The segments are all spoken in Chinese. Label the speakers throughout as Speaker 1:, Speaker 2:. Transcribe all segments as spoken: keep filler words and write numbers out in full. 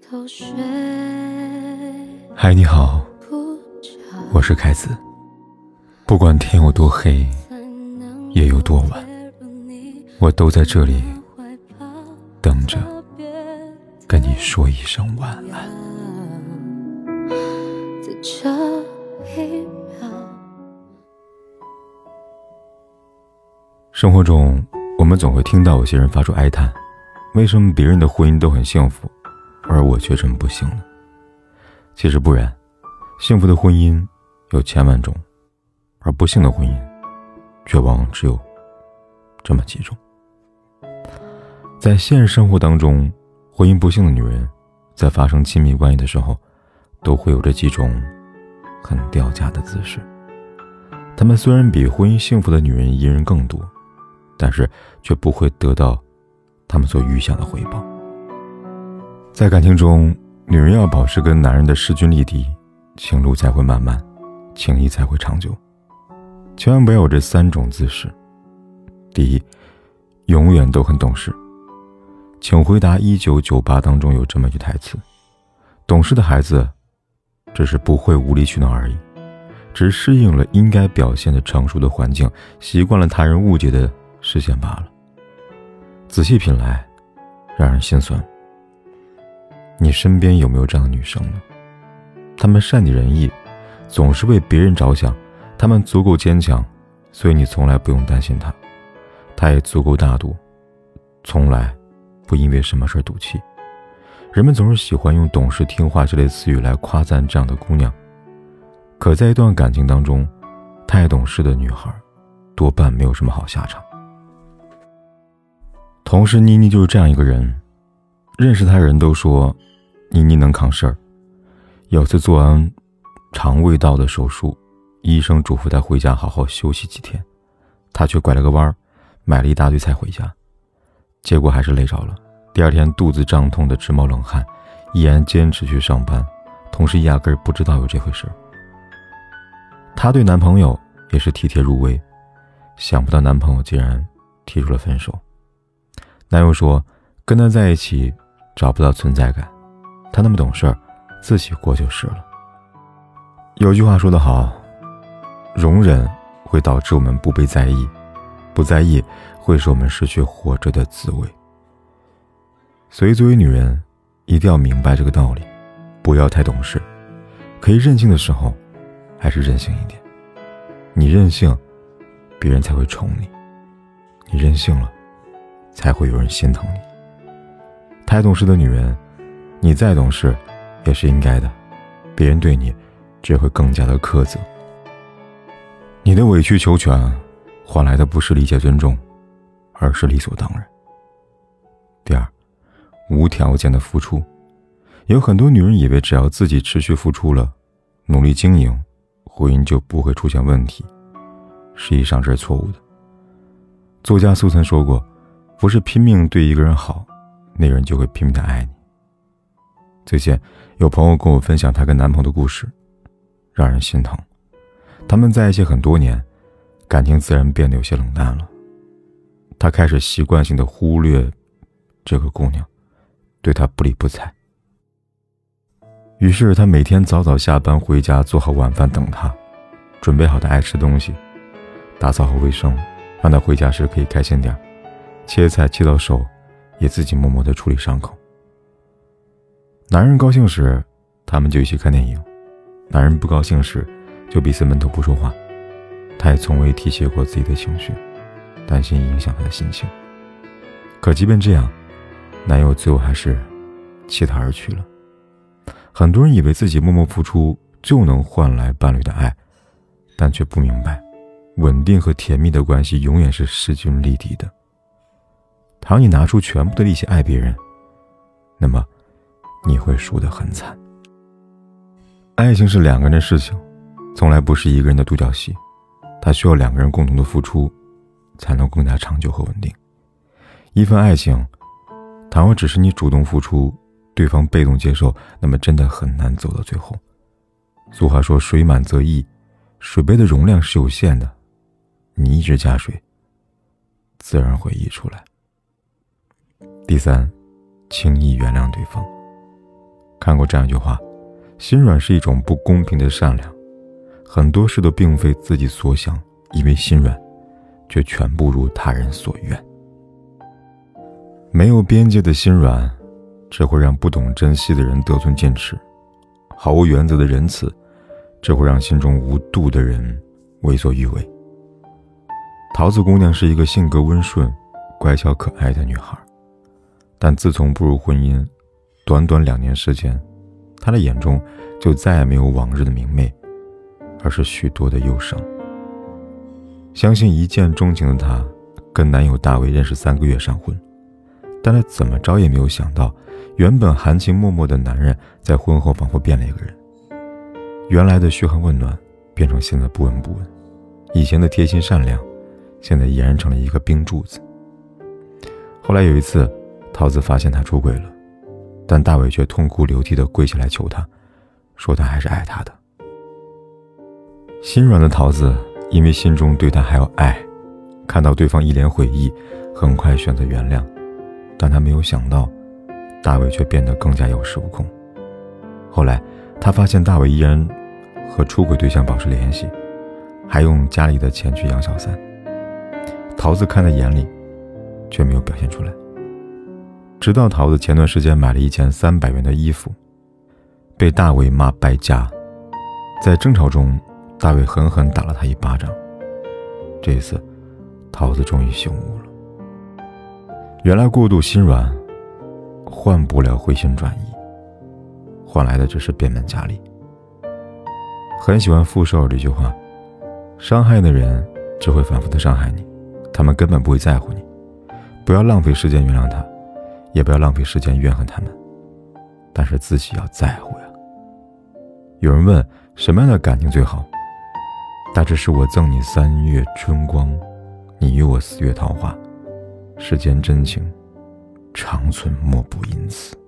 Speaker 1: 嗨，你好，我是凯子。不管天有多黑，夜有多晚，我都在这里等着跟你说一声晚安。生活中，我们总会听到有些人发出哀叹，为什么别人的婚姻都很幸福，而我却这么不幸呢？其实不然，幸福的婚姻有千万种，而不幸的婚姻却往往只有这么几种。在现实生活当中，婚姻不幸的女人在发生亲密关系的时候，都会有这几种很掉价的姿势。她们虽然比婚姻幸福的女人隐忍更多，但是却不会得到她们所预想的回报。在感情中，女人要保持跟男人的势均力敌，情路才会漫漫，情谊才会长久。千万不要有这三种姿势。第一，永远都很懂事。请回答一九九八当中有这么一句台词：懂事的孩子只是不会无理取闹而已，只适应了应该表现的成熟的环境，习惯了他人误解的视线罢了。仔细品来，让人心酸。你身边有没有这样的女生呢？她们善解人意，总是为别人着想，她们足够坚强，所以你从来不用担心她。她也足够大度，从来不因为什么事赌气。人们总是喜欢用懂事听话这类词语来夸赞这样的姑娘，可在一段感情当中，太懂事的女孩多半没有什么好下场。同事妮妮就是这样一个人，认识她人都说妮妮能扛事儿。有次做完肠胃道的手术，医生嘱咐她回家好好休息几天，她却拐了个弯，买了一大堆菜回家，结果还是累着了。第二天肚子胀痛的直冒冷汗，依然坚持去上班，同事压根儿不知道有这回事。她对男朋友也是体贴入微，想不到男朋友竟然提出了分手。男友说跟他在一起找不到存在感，他那么懂事儿，自己过就是了。有句话说得好，容忍会导致我们不被在意，不在意会使我们失去活着的滋味。所以作为女人，一定要明白这个道理，不要太懂事，可以任性的时候还是任性一点。你任性，别人才会宠你，你任性了，才会有人心疼你。太懂事的女人，你再懂事也是应该的，别人对你只会更加的苛责。你的委曲求全换来的不是理解尊重，而是理所当然。第二，无条件的付出。有很多女人以为只要自己持续付出了，努力经营，婚姻就不会出现问题，实际上这是错误的。作家苏岑说过，不是拼命对一个人好，那个人就会拼命的爱你。最近有朋友跟我分享她跟男朋友的故事，让人心疼。他们在一起很多年，感情自然变得有些冷淡了。他开始习惯性的忽略这个姑娘，对她不理不睬。于是他每天早早下班回家，做好晚饭等她，准备好她爱吃东西，打扫好卫生，让她回家时可以开心点，切菜切到手也自己默默地处理伤口。男人高兴时他们就一起看电影，男人不高兴时就彼此闷头不说话。他也从未提起过自己的情绪，担心影响他的心情。可即便这样，男友最后还是弃她而去了。很多人以为自己默默付出就能换来伴侣的爱，但却不明白，稳定和甜蜜的关系永远是势均力敌的。倘你拿出全部的力气爱别人，那么你会输得很惨。爱情是两个人的事情，从来不是一个人的独角戏，它需要两个人共同的付出，才能更加长久和稳定。一份爱情，倘若只是你主动付出，对方被动接受，那么真的很难走到最后。俗话说水满则溢，水杯的容量是有限的，你一直加水，自然会溢出来。第三，轻易原谅对方。 看过这样一句话，心软是一种不公平的善良，很多事都并非自己所想，因为心软却全部如他人所愿。没有边界的心软只会让不懂珍惜的人得寸进尺，毫无原则的仁慈只会让心中无度的人为所欲为。桃子姑娘是一个性格温顺、乖巧可爱的女孩，但自从步入婚姻，短短两年时间，她的眼中就再也没有往日的明媚，而是许多的忧伤。相信一见钟情的她跟男友大卫认识三个月上婚，但她怎么着也没有想到，原本含情脉脉的男人在婚后仿佛变了一个人，原来的嘘寒问暖变成现在不闻不问，以前的贴心善良现在俨然成了一个冰柱子。后来有一次，桃子发现他出轨了，但大伟却痛哭流涕地跪下来求他，说他还是爱他的。心软的桃子因为心中对他还有爱，看到对方一脸悔意，很快选择原谅，但他没有想到，大伟却变得更加有恃无恐。后来他发现大伟依然和出轨对象保持联系，还用家里的钱去养小三，桃子看在眼里，却没有表现出来。直到桃子前段时间买了一件三百元的衣服，被大伟骂败家，在争吵中，大伟狠狠打了他一巴掌。这一次，桃子终于醒悟了，原来过度心软，换不了回心转意，换来的只是变本加厉。很喜欢傅首尔这句话，伤害的人只会反复的伤害你，他们根本不会在乎你。不要浪费时间原谅他，也不要浪费时间怨恨他们，但是自己要在乎呀。有人问什么样的感情最好，大致是我赠你三月春光，你与我四月桃花，世间真情长存莫不因此。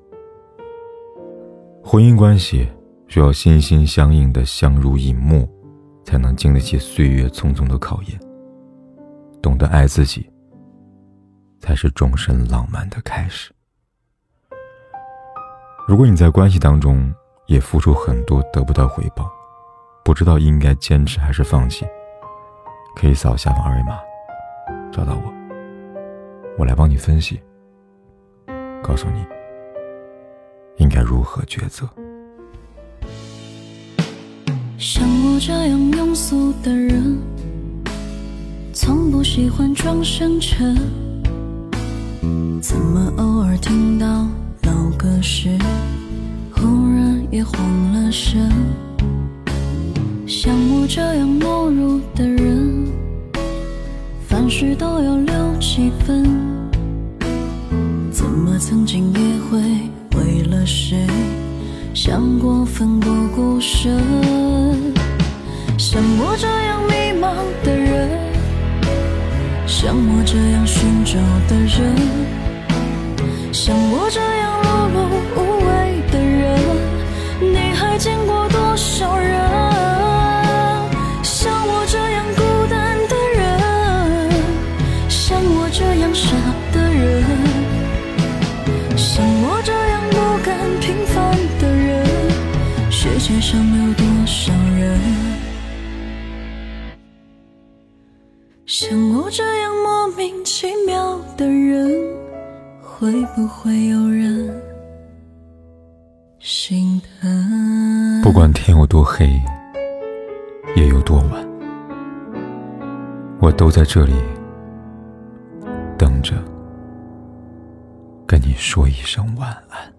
Speaker 1: 婚姻关系需要心心相印的相濡以沫，才能经得起岁月匆匆的考验。懂得爱自己，才是终身浪漫的开始。如果你在关系当中也付出很多得不到回报，不知道应该坚持还是放弃，可以扫下方二维码找到我，我来帮你分析，告诉你应该如何抉择。
Speaker 2: 像我这样庸俗的人，从不喜欢装深沉，怎么偶尔听到老歌时，忽然也慌了神。像我这样懦弱的人，凡事都要留几分，怎么曾经也会为了谁想过奋不顾身。像我这样迷茫的人，像我这样寻找的人，像我这样碌碌无为的人，你还见过多少人？像我这样孤单的人，像我这样傻的人，像我这样不甘平凡的人，世界上有多少人？像我这样莫名其妙的人，会不会有人心疼？
Speaker 1: 不管天有多黑，夜有多晚，我都在这里等着跟你说一声晚安。